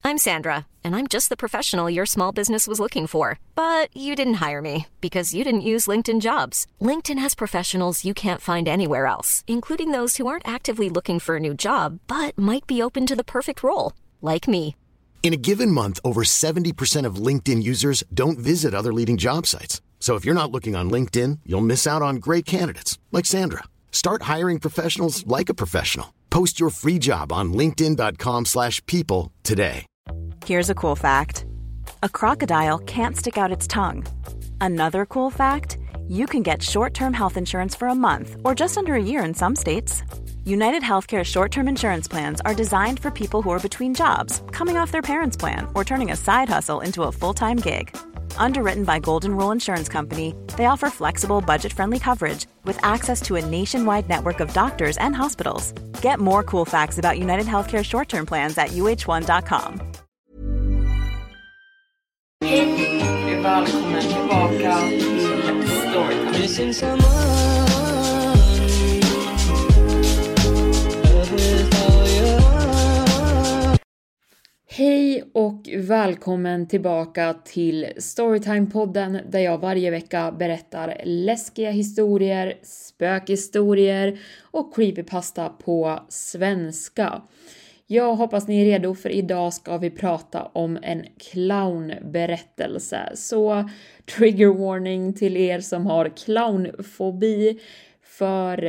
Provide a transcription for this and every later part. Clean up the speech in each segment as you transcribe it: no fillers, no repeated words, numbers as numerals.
I'm Sandra, and I'm just the professional your small business was looking for. But you didn't hire me because you didn't use LinkedIn Jobs. LinkedIn has professionals you can't find anywhere else, including those who aren't actively looking for a new job, but might be open to the perfect role, like me. In a given month, over 70% of LinkedIn users don't visit other leading job sites. So if you're not looking on LinkedIn, you'll miss out on great candidates like Sandra. Start hiring professionals like a professional. Post your free job on linkedin.com/people today. Here's a cool fact. A crocodile can't stick out its tongue. Another cool fact, you can get short-term health insurance for a month or just under a year in some states. United Healthcare short-term insurance plans are designed for people who are between jobs, coming off their parents' plan, or turning a side hustle into a full-time gig. Underwritten by Golden Rule Insurance Company, they offer flexible, budget-friendly coverage with access to a nationwide network of doctors and hospitals. Get more cool facts about United Healthcare short-term plans at uh1.com. Hej och välkommen tillbaka till Storytime. Hej och välkommen tillbaka till Storytime-podden där jag varje vecka berättar läskiga historier, spökhistorier och creepypasta på svenska. Jag hoppas ni är redo, för idag ska vi prata om en clownberättelse. Så trigger warning till er som har clownfobi, för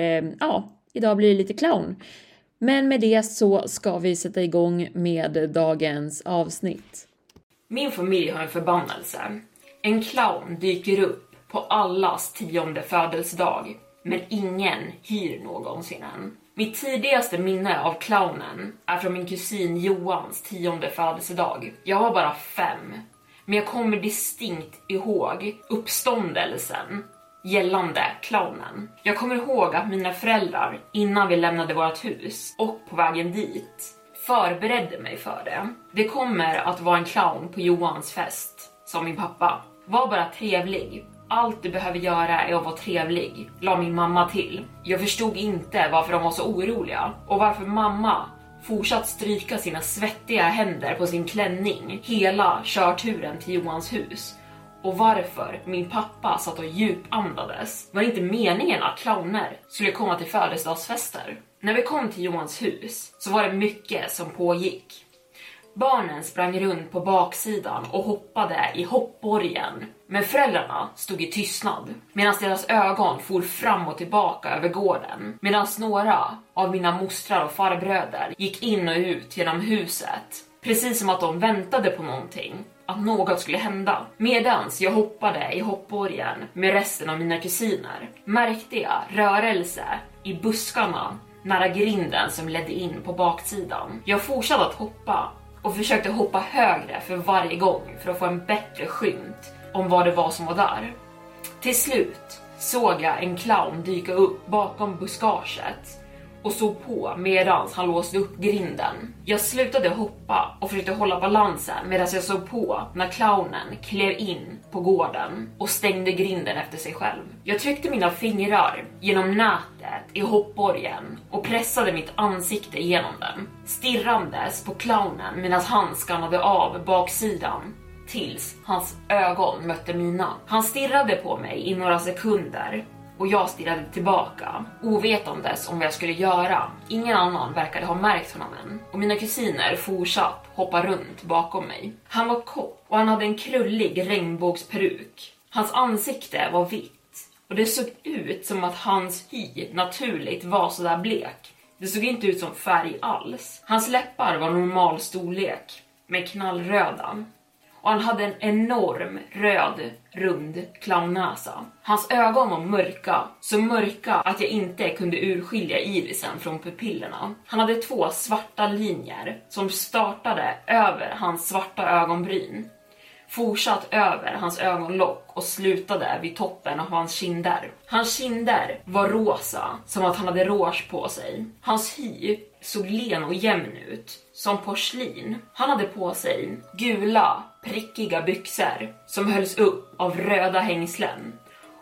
idag blir det lite clown. Men med det så ska vi sätta igång med dagens avsnitt. Min familj har en förbannelse. En clown dyker upp på allas 10:e födelsedag, men ingen hyr någonsin än. Mitt tidigaste minne av clownen är från min kusin Johans 10:e födelsedag. Jag var bara 5, men jag kommer distinkt ihåg uppståndelsen gällande clownen. Jag kommer ihåg att mina föräldrar, innan vi lämnade vårt hus och på vägen dit, förberedde mig för det. Det kommer att vara en clown på Johans fest, sa min pappa. Var bara trevlig. Allt du behöver göra är att vara trevlig, la min mamma till. Jag förstod inte varför de var så oroliga och varför mamma fortsatt stryka sina svettiga händer på sin klänning hela körturen till Johans hus. Och varför min pappa satt och djupandades. Var det inte meningen att clowner skulle komma till födelsedagsfester? När vi kom till Johans hus så var det mycket som pågick. Barnen sprang runt på baksidan och hoppade i hoppborgen. Men föräldrarna stod i tystnad medan deras ögon for fram och tillbaka över gården. Medan några av mina mostrar och farbröder gick in och ut genom huset. Precis som att de väntade på någonting. Att något skulle hända. Medans jag hoppade i hoppborgen med resten av mina kusiner märkte jag rörelse i buskarna nära grinden som ledde in på baksidan. Jag fortsatte att hoppa och försökte hoppa högre för varje gång för att få en bättre skymt om vad det var som var där. Till slut såg jag en clown dyka upp bakom buskaget och såg på medan han låste upp grinden. Jag slutade hoppa och försökte hålla balansen medan jag såg på när clownen klev in på gården och stängde grinden efter sig själv. Jag tryckte mina fingrar genom nätet i hoppborgen och pressade mitt ansikte genom den, stirrandes på clownen medan han skannade av baksidan tills hans ögon mötte mina. Han stirrade på mig i några sekunder och jag stirrade tillbaka, ovetandes om vad jag skulle göra. Ingen annan verkade ha märkt honom än. Och mina kusiner fortsatt hoppa runt bakom mig. Han var kort och han hade en krullig regnbågsperuk. Hans ansikte var vitt och det såg ut som att hans hy naturligt var så där blek. Det såg inte ut som färg alls. Hans läppar var normal storlek med knallröda. Och han hade en enorm röd, rund clownnäsa. Hans ögon var mörka, så mörka att jag inte kunde urskilja irisen från pupillerna. Han hade 2 svarta linjer som startade över hans svarta ögonbryn, fortsatt över hans ögonlock och slutade vid toppen av hans kinder. Hans kinder var rosa, som att han hade rouge på sig. Hans hy såg len och jämn ut, som porslin. Han hade på sig gula, prickiga byxor som hölls upp av röda hängslen.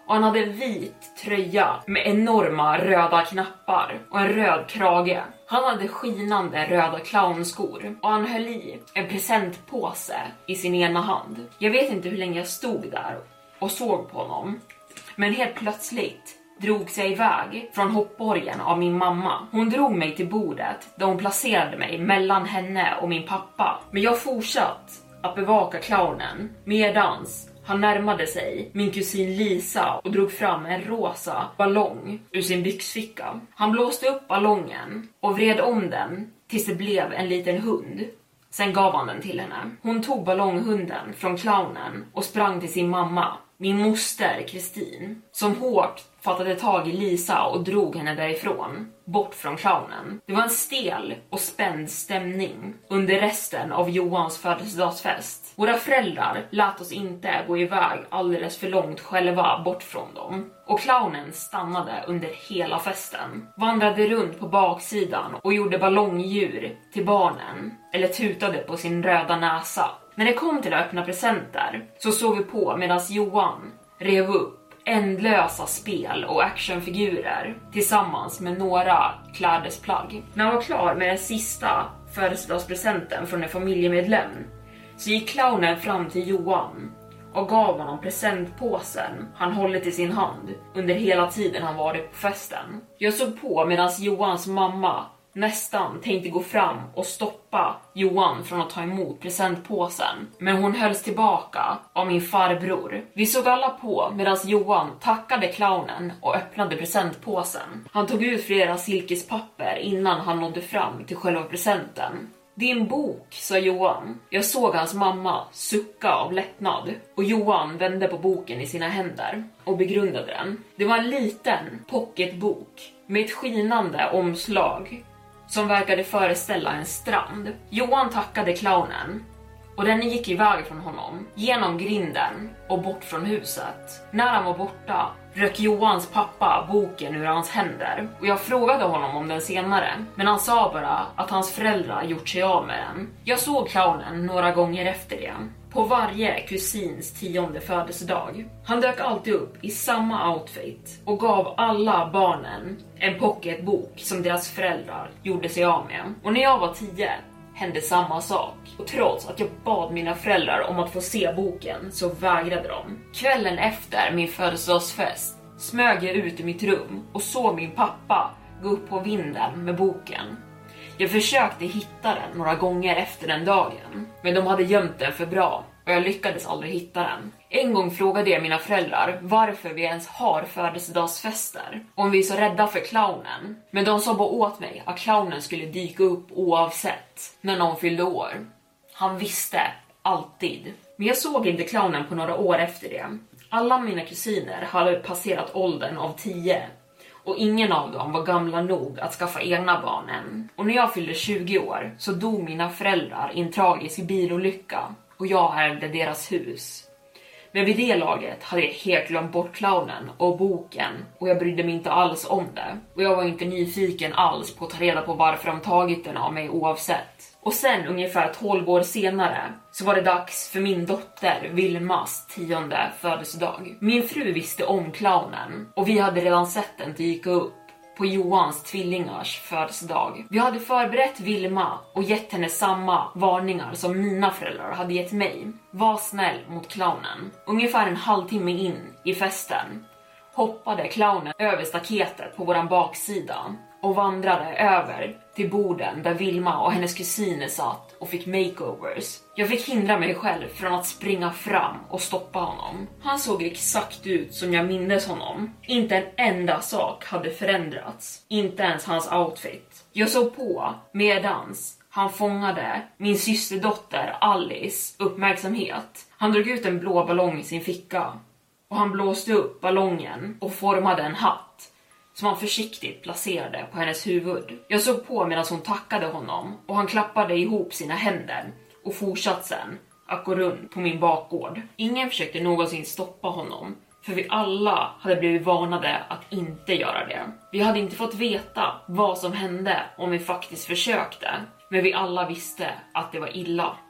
och han hade en vit tröja med enorma röda knappar och en röd krage. Han hade skinande röda clownskor och han höll i en presentpåse i sin ena hand. Jag vet inte hur länge jag stod där och såg på honom, men helt plötsligt drog sig iväg från hoppborgen av min mamma. Hon drog mig till bordet där hon placerade mig mellan henne och min pappa. Men jag fortsatte att bevaka clownen medans han närmade sig min kusin Lisa och drog fram en rosa ballong ur sin byxficka. Han blåste upp ballongen och vred om den tills det blev en liten hund. Sen gav han den till henne. Hon tog ballonghunden från clownen och sprang till sin mamma, min moster Kristin, som hårt fattade tag i Lisa och drog henne därifrån, bort från clownen. Det var en stel och spänd stämning under resten av Johans födelsedagsfest. Våra föräldrar lät oss inte gå iväg alldeles för långt själva bort från dem. Och clownen stannade under hela festen, vandrade runt på baksidan och gjorde ballongdjur till barnen eller tutade på sin röda näsa. När det kom till att öppna presenter så såg vi på medan Johan rev upp ändlösa spel och actionfigurer tillsammans med några klädesplagg. När han var klar med den sista födelsedagspresenten från en familjemedlem så gick clownen fram till Johan och gav honom presentpåsen han hållit i sin hand under hela tiden han varit på festen. Jag såg på medan Johans mamma nästan tänkte gå fram och stoppa Johan från att ta emot presentpåsen. Men hon hölls tillbaka av min farbror. Vi såg alla på medan Johan tackade clownen och öppnade presentpåsen. Han tog ut flera silkespapper innan han nådde fram till själva presenten. Din bok, sa Johan. Jag såg hans mamma sucka av lättnad och Johan vände på boken i sina händer och begrundade den. Det var en liten pocketbok med ett skinande omslag som verkade föreställa en strand. Johan tackade clownen och den gick iväg från honom, genom grinden och bort från huset. När han var borta rök Johans pappa boken ur hans händer och jag frågade honom om den senare, men han sa bara att hans föräldrar gjort sig av med den. Jag såg clownen några gånger efter det, på varje kusins 10:e födelsedag. Han dök alltid upp i samma outfit och gav alla barnen en pocketbok som deras föräldrar gjorde sig av med. Och när jag var 10 hände samma sak. Och trots att jag bad mina föräldrar om att få se boken så vägrade de. Kvällen efter min födelsedagsfest smög jag ut i mitt rum och såg min pappa gå upp på vinden med boken. Jag försökte hitta den några gånger efter den dagen, men de hade gömt den för bra och jag lyckades aldrig hitta den. En gång frågade jag mina föräldrar varför vi ens har födelsedagsfester, om vi är så rädda för clownen. Men de sa bara åt mig att clownen skulle dyka upp oavsett när någon fyllde år. Han visste alltid. Men jag såg inte clownen på några år efter det. Alla mina kusiner hade passerat åldern av 10. Och ingen av dem var gamla nog att skaffa egna barn än. Och när jag fyllde 20 år så dog mina föräldrar i en tragisk bilolycka. Och jag ärvde deras hus. Men vid det laget hade jag helt glömt bort clownen och boken. Och jag brydde mig inte alls om det. Och jag var inte nyfiken alls på att ta reda på varför de tagit den av mig oavsett. Och sen ungefär 12 år senare så var det dags för min dotter Vilmas 10:e födelsedag. Min fru visste om clownen och vi hade redan sett den dyka upp på Johans tvillingars födelsedag. Vi hade förberett Vilma och gett henne samma varningar som mina föräldrar hade gett mig. Var snäll mot clownen. Ungefär en halvtimme in i festen hoppade clownen över staketet på våran baksida och vandrade över till borden där Vilma och hennes kusiner satt och fick makeovers. Jag fick hindra mig själv från att springa fram och stoppa honom. Han såg exakt ut som jag mindes honom. Inte en enda sak hade förändrats. Inte ens hans outfit. Jag såg på medans han fångade min systerdotter Alice uppmärksamhet. Han drog ut en blå ballong i sin ficka och han blåste upp ballongen och formade en hatt som han försiktigt placerade på hennes huvud. Jag såg på medan hon tackade honom och han klappade ihop sina händer och fortsatte sen att gå runt på min bakgård. Ingen försökte någonsin stoppa honom, för vi alla hade blivit varnade att inte göra det. Vi hade inte fått veta vad som hände om vi faktiskt försökte, men vi alla visste att det var illa.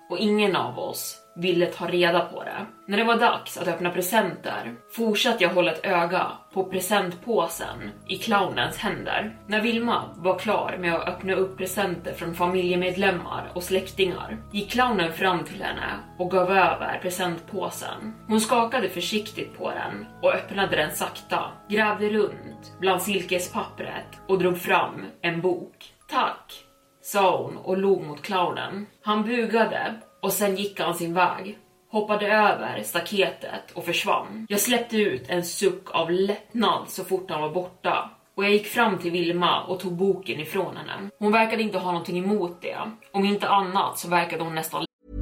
och ingen av oss ville ta reda på det. När det var dags att öppna presenter fortsatte jag hålla ett öga på presentpåsen i clownens händer. När Vilma var klar med att öppna upp presenter från familjemedlemmar och släktingar gick clownen fram till henne och gav över presentpåsen. Hon skakade försiktigt på den och öppnade den sakta, grävde runt bland silkespappret och drog fram en bok. Tack, sa hon och log mot clownen. Han bugade och sen gick han sin väg, hoppade över staketet och försvann. Jag släppte ut en suck av lättnad så fort han var borta. Och jag gick fram till Vilma och tog boken ifrån henne. Hon verkade inte ha någonting emot det. Om inte annat så verkade hon nästan...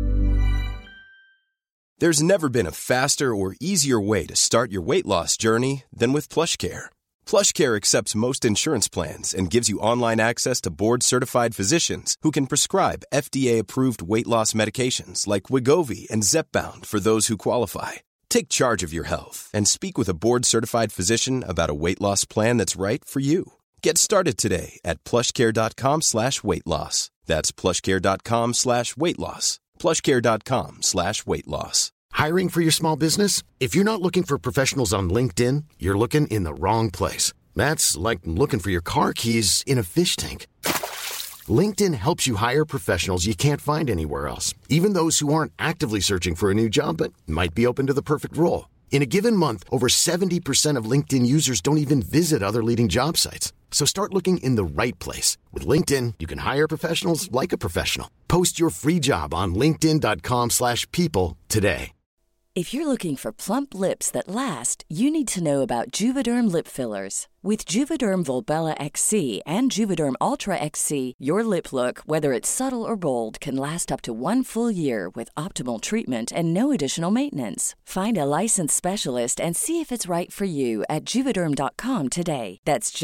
There's never been a faster or easier way to start your weight loss journey than with PlushCare. PlushCare accepts most insurance plans and gives you online access to board-certified physicians who can prescribe FDA-approved weight loss medications like Wegovy and Zepbound for those who qualify. Take charge of your health and speak with a board-certified physician about a weight loss plan that's right for you. Get started today at plushcare.com/weightloss. That's plushcare.com/weightloss. plushcare.com/weightloss. Hiring for your small business? If you're not looking for professionals on LinkedIn, you're looking in the wrong place. That's like looking for your car keys in a fish tank. LinkedIn helps you hire professionals you can't find anywhere else, even those who aren't actively searching for a new job but might be open to the perfect role. In a given month, over 70% of LinkedIn users don't even visit other leading job sites. So start looking in the right place. With LinkedIn, you can hire professionals like a professional. Post your free job on linkedin.com/people today. If you're looking for plump lips that last, you need to know about Juvederm lip fillers. With Juvederm Volbella XC and Juvederm Ultra XC, your lip look, whether it's subtle or bold, can last up to 1 full year with optimal treatment and no additional maintenance. Find a licensed specialist and see if it's right for you at Juvederm.com today. That's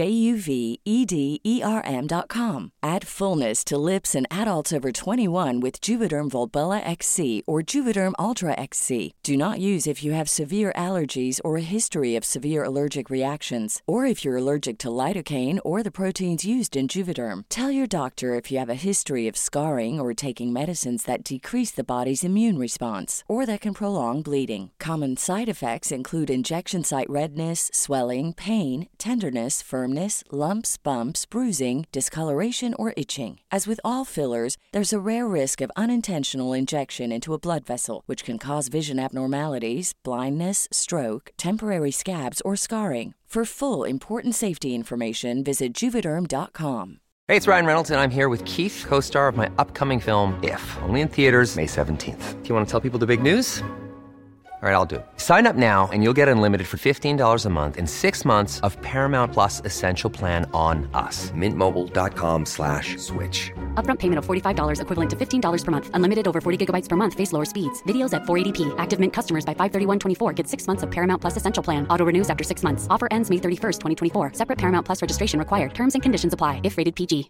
JUVEDERM.com. Add fullness to lips in adults over 21 with Juvederm Volbella XC or Juvederm Ultra XC. Do not use if you have severe allergies or a history of severe allergic reactions, or if you're allergic to lidocaine or the proteins used in Juvederm. Tell your doctor if you have a history of scarring or taking medicines that decrease the body's immune response or that can prolong bleeding. Common side effects include injection site redness, swelling, pain, tenderness, firmness, lumps, bumps, bruising, discoloration, or itching. As with all fillers, there's a rare risk of unintentional injection into a blood vessel, which can cause vision abnormalities, blindness, stroke, temporary scabs, or scarring. For full, important safety information, visit Juvederm.com. Hey, it's Ryan Reynolds, and I'm here with Keith, co-star of my upcoming film, If, only in theaters May 17th. Do you want to tell people the big news? All right, I'll do it. Sign up now and you'll get unlimited for $15 a month and 6 months of Paramount Plus Essential Plan on us. MintMobile.com/switch. Upfront payment of $45 equivalent to $15 per month. Unlimited over 40 gigabytes per month. Face lower speeds. Videos at 480p. Active Mint customers by 531.24 get 6 months of Paramount Plus Essential Plan. Auto renews after 6 months. Offer ends May 31st, 2024. Separate Paramount Plus registration required. Terms and conditions apply if rated PG.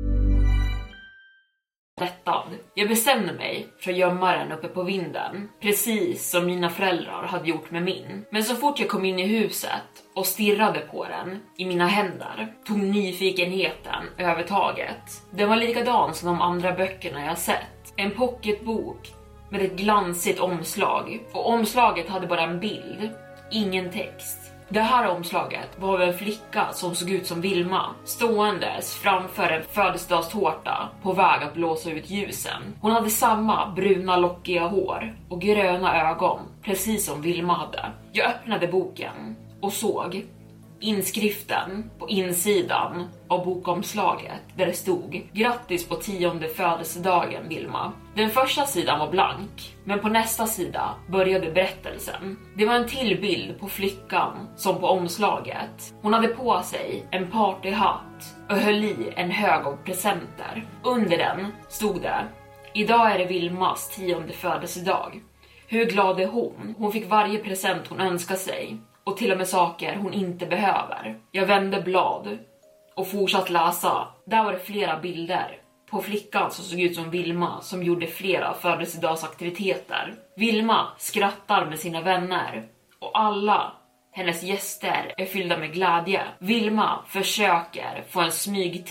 Jag bestämde mig för att gömma den uppe på vinden, precis som mina föräldrar hade gjort med min. Men så fort jag kom in i huset och stirrade på den i mina händer tog nyfikenheten övertaget. Den var likadan som de andra böckerna jag sett. En pocketbok med ett glansigt omslag. Och omslaget hade bara en bild, ingen text. Det här omslaget var en flicka som såg ut som Vilma, ståendes framför en födelsedagstårta på väg att blåsa ut ljusen. Hon hade samma bruna lockiga hår och gröna ögon, precis som Vilma hade. Jag öppnade boken och såg inskriften på insidan av bokomslaget där det stod: grattis på 10:e födelsedagen, Vilma. Den första sidan var blank, men på nästa sida började berättelsen. Det var en till bild på flickan som på omslaget. Hon hade på sig en partyhatt och höll i en hög av presenter. Under den stod det: idag är det Vilmas 10:e födelsedag. Hur glad är hon? Hon fick varje present hon önskade sig. Och till och med saker hon inte behöver. Jag vände blad och fortsatte läsa. Där var det flera bilder på flickan som såg ut som Vilma, som gjorde flera födelsedagsaktiviteter. Vilma skrattar med sina vänner och alla hennes gäster är fyllda med glädje. Vilma försöker få en smygtitt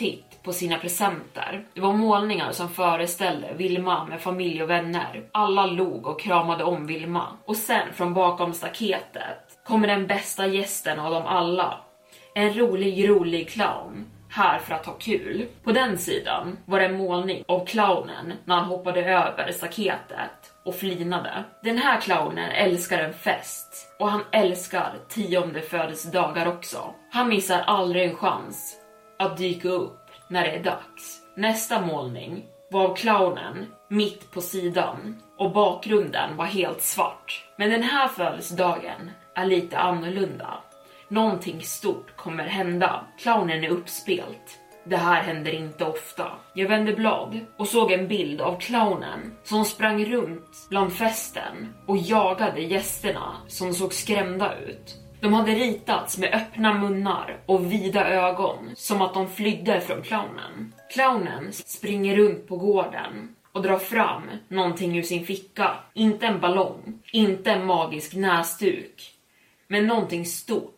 på sina presenter. Det var målningar som föreställde Vilma med familj och vänner. Alla log och kramade om Vilma. Och sen från bakom staketet kommer den bästa gästen av dem alla. En rolig clown. Här för att ha kul. På den sidan var det en målning av clownen när han hoppade över staketet och flinade. Den här clownen älskar en fest och han älskar 10:e födelsedagar också. Han missar aldrig en chans att dyka upp när det är dags. Nästa målning var av clownen mitt på sidan och bakgrunden var helt svart. Men den här födelsedagen är lite annorlunda. Någonting stort kommer hända. Clownen är uppspelt. Det här händer inte ofta. Jag vände blad och såg en bild av clownen som sprang runt bland festen och jagade gästerna som såg skrämda ut. De hade ritats med öppna munnar och vida ögon som att de flydde från clownen. Clownen springer runt på gården och drar fram någonting ur sin ficka. Inte en ballong, inte en magisk näsduk, men någonting stort,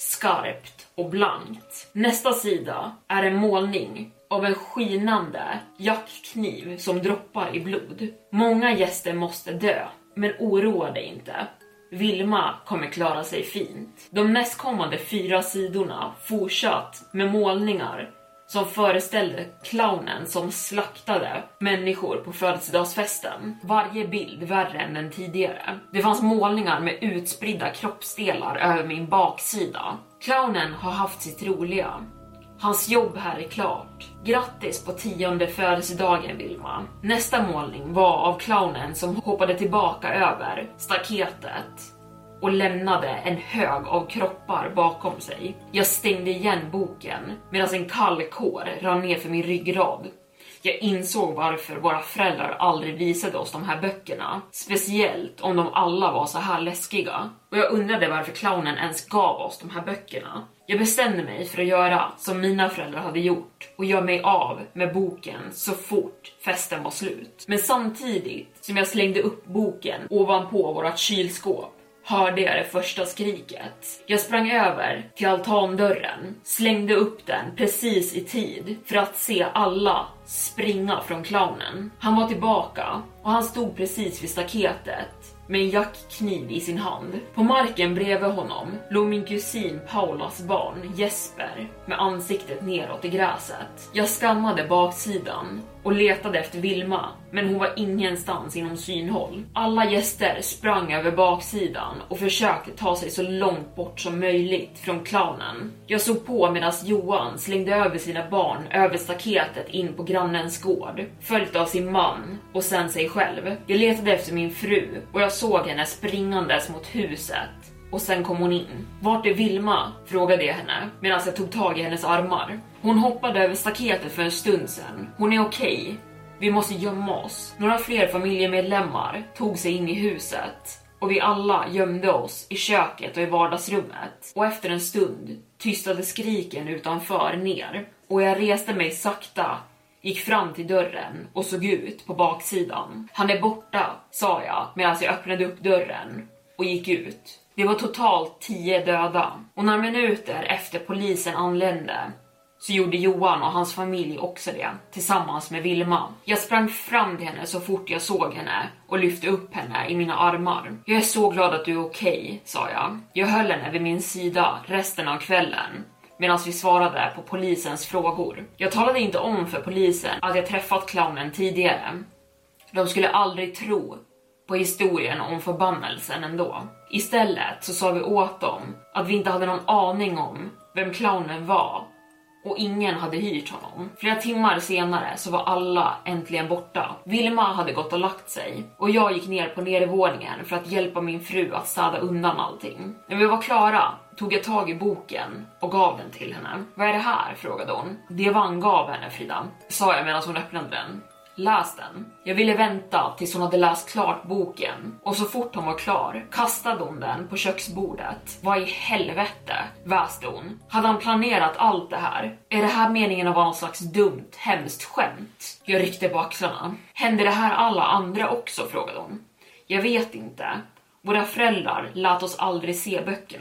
skarpt och blankt. Nästa sida är en målning av en skinande jackkniv som droppar i blod. Många gäster måste dö, men oroa dig inte. Vilma kommer klara sig fint. De nästkommande 4 sidorna fortsatt med målningar som föreställde clownen som slaktade människor på födelsedagsfesten. Varje bild värre än den tidigare. Det fanns målningar med utspridda kroppsdelar över min baksida. Clownen har haft sitt roliga. Hans jobb här är klart. Grattis på 10:e födelsedagen, Vilma. Nästa målning var av clownen som hoppade tillbaka över staketet och lämnade en hög av kroppar bakom sig. Jag stängde igen boken medan en kall kår rann ner för min ryggrad. Jag insåg varför våra föräldrar aldrig visade oss de här böckerna. Speciellt om de alla var så här läskiga. Och jag undrade varför clownen ens gav oss de här böckerna. Jag bestämde mig för att göra som mina föräldrar hade gjort och göra mig av med boken så fort festen var slut. Men samtidigt som jag slängde upp boken ovanpå vårat kylskåp hörde jag det första skriket. Jag sprang över till altandörren, slängde upp den precis i tid för att se alla springa från clownen. Han var tillbaka och han stod precis vid staketet med en jackkniv i sin hand. På marken bredvid honom låg min kusin Paulas barn Jesper med ansiktet neråt i gräset. Jag skannade baksidan och letade efter Vilma, men hon var ingenstans inom synhåll. Alla gäster sprang över baksidan och försökte ta sig så långt bort som möjligt från clownen. Jag såg på medan Johan slängde över sina barn över staketet in på grannens gård, följt av sin man och sen sig själv. Jag letade efter min fru och jag såg henne springandes mot huset. Och sen kom hon in. Vart är Vilma? Frågade jag henne medan jag tog tag i hennes armar. Hon hoppade över staketet för en stund sedan. Hon är okej. Vi måste gömma oss. Några fler familjemedlemmar tog sig in i huset. Och vi alla gömde oss i köket och i vardagsrummet. Och efter en stund tystade skriken utanför ner. Och jag reste mig sakta, gick fram till dörren och såg ut på baksidan. Han är borta, sa jag medan jag öppnade upp dörren och gick ut. Det var totalt 10 döda. Och några minuter efter polisen anlände så gjorde Johan och hans familj också det, tillsammans med Vilma. Jag sprang fram till henne så fort jag såg henne och lyfte upp henne i mina armar. Jag är så glad att du är okej, sa jag. Jag höll henne vid min sida resten av kvällen medan vi svarade på polisens frågor. Jag talade inte om för polisen att jag träffat clownen tidigare. De skulle aldrig tro på historien om förbannelsen ändå. Istället så sa vi åt dem att vi inte hade någon aning om vem clownen var och ingen hade hyrt honom. Flera timmar senare så var alla äntligen borta. Vilma hade gått och lagt sig och jag gick ner på nedervåningen för att hjälpa min fru att städa undan allting. När vi var klara tog jag tag i boken och gav den till henne. Vad är det här? Frågade hon. Det var han gav henne, Frida, sa jag medan hon öppnade den. Läs den. Jag ville vänta tills hon hade läst klart boken och så fort hon var klar kastade hon den på köksbordet. Vad i helvete, väste hon. Hade han planerat allt det här? Är det här meningen att vara någon slags dumt, hemskt skämt? Jag ryckte på axlarna. Hände det här alla andra också? Frågade hon. Jag vet inte. Våra föräldrar lät oss aldrig se böckerna.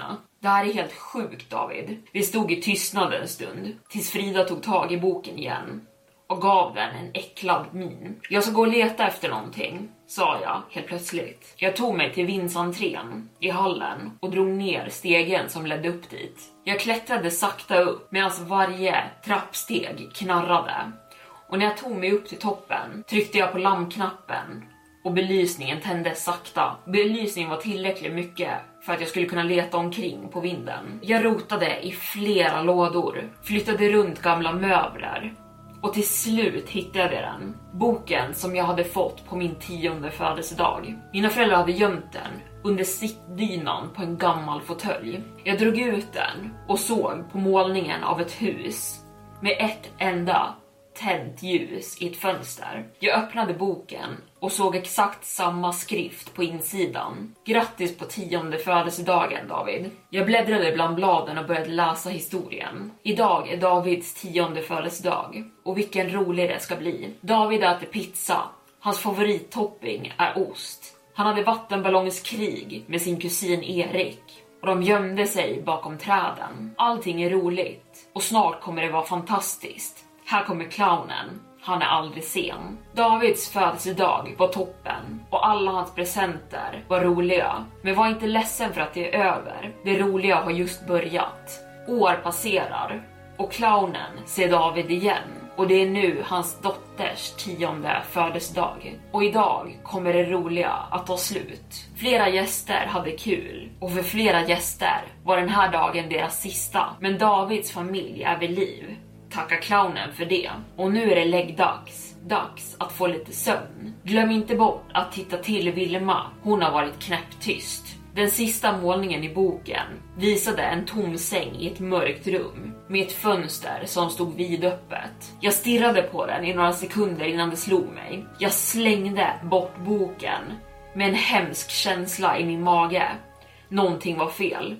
Det här är helt sjukt, David. Vi stod i tystnad en stund, tills Frida tog tag i boken igen och gav den en äcklad min. Jag ska gå och leta efter någonting, sa jag helt plötsligt. Jag tog mig till vindsentrén i hallen och drog ner stegen som ledde upp dit. Jag klättrade sakta upp medan varje trappsteg knarrade. Och när jag tog mig upp till toppen tryckte jag på lampknappen och belysningen tändes sakta. Belysningen var tillräckligt mycket för att jag skulle kunna leta omkring på vinden. Jag rotade i flera lådor, flyttade runt gamla möbler och till slut hittade jag den. Boken som jag hade fått på min 10:e födelsedag. Mina föräldrar hade gömt den under sittdynan på en gammal fåtölj. Jag drog ut den och såg på målningen av ett hus med ett enda tänt ljus i ett fönster. Jag öppnade boken och såg exakt samma skrift på insidan. Grattis på 10:e födelsedagen, David. Jag bläddrade bland bladen och började läsa historien. Idag är Davids 10:e födelsedag. Och vilken rolig det ska bli. David äter pizza. Hans favorittopping är ost. Han hade vattenballongskrig med sin kusin Erik. Och de gömde sig bakom träden. Allting är roligt. Och snart kommer det vara fantastiskt. Här kommer clownen. Han är aldrig sen. Davids födelsedag var toppen och alla hans presenter var roliga. Men var inte ledsen för att det är över. Det roliga har just börjat. År passerar och clownen ser David igen. Och det är nu hans dotters 10:e födelsedag. Och idag kommer det roliga att ta slut. Flera gäster hade kul. Och för flera gäster var den här dagen deras sista. Men Davids familj är vid liv. Tacka clownen för det. Och nu är det läggdags. Dags att få lite sömn. Glöm inte bort att titta till Vilma. Hon har varit knäpptyst. Den sista målningen i boken visade en tom säng i ett mörkt rum med ett fönster som stod vidöppet. Jag stirrade på den i några sekunder innan det slog mig. Jag slängde bort boken med en hemsk känsla i min mage. Någonting var fel.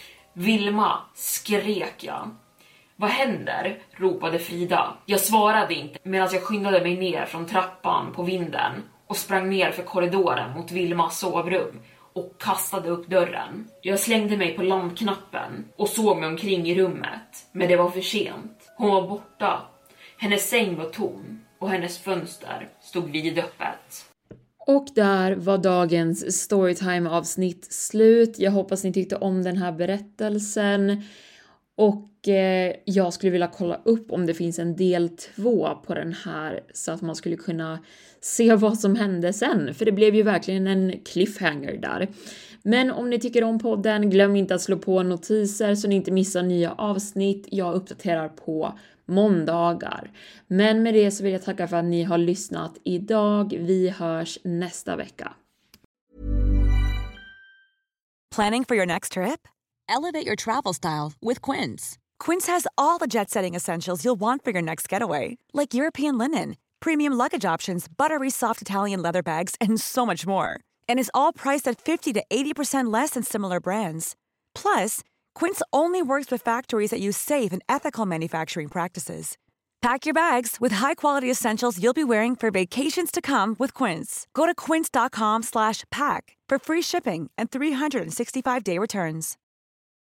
Vilma, skrek jag. Vad händer? Ropade Frida. Jag svarade inte medan jag skyndade mig ner från trappan på vinden och sprang ner för korridoren mot Vilmas sovrum och kastade upp dörren. Jag slängde mig på lampknappen och såg mig omkring i rummet, men det var för sent. Hon var borta. Hennes säng var tom och hennes fönster stod vidöppet. Och där var dagens Storytime-avsnitt slut. Jag hoppas ni tyckte om den här berättelsen. Och jag skulle vilja kolla upp om det finns en del 2 på den här så att man skulle kunna se vad som hände sen. För det blev ju verkligen en cliffhanger där. Men om ni tycker om podden, glöm inte att slå på notiser så ni inte missar nya avsnitt. Jag uppdaterar på måndagar. Men med det så vill jag tacka för att ni har lyssnat idag. Vi hörs nästa vecka. Planning for your next trip? Elevate your travel style with Quince. Quince has all the jet-setting essentials you'll want for your next getaway, like European linen, premium luggage options, buttery soft Italian leather bags, and so much more. And is all priced at 50 to 80% less than similar brands. Plus, Quince only works with factories that use safe and ethical manufacturing practices. Pack your bags with high-quality essentials you'll be wearing for vacations to come with Quince. Go to quince.com/pack for free shipping and 365-day returns.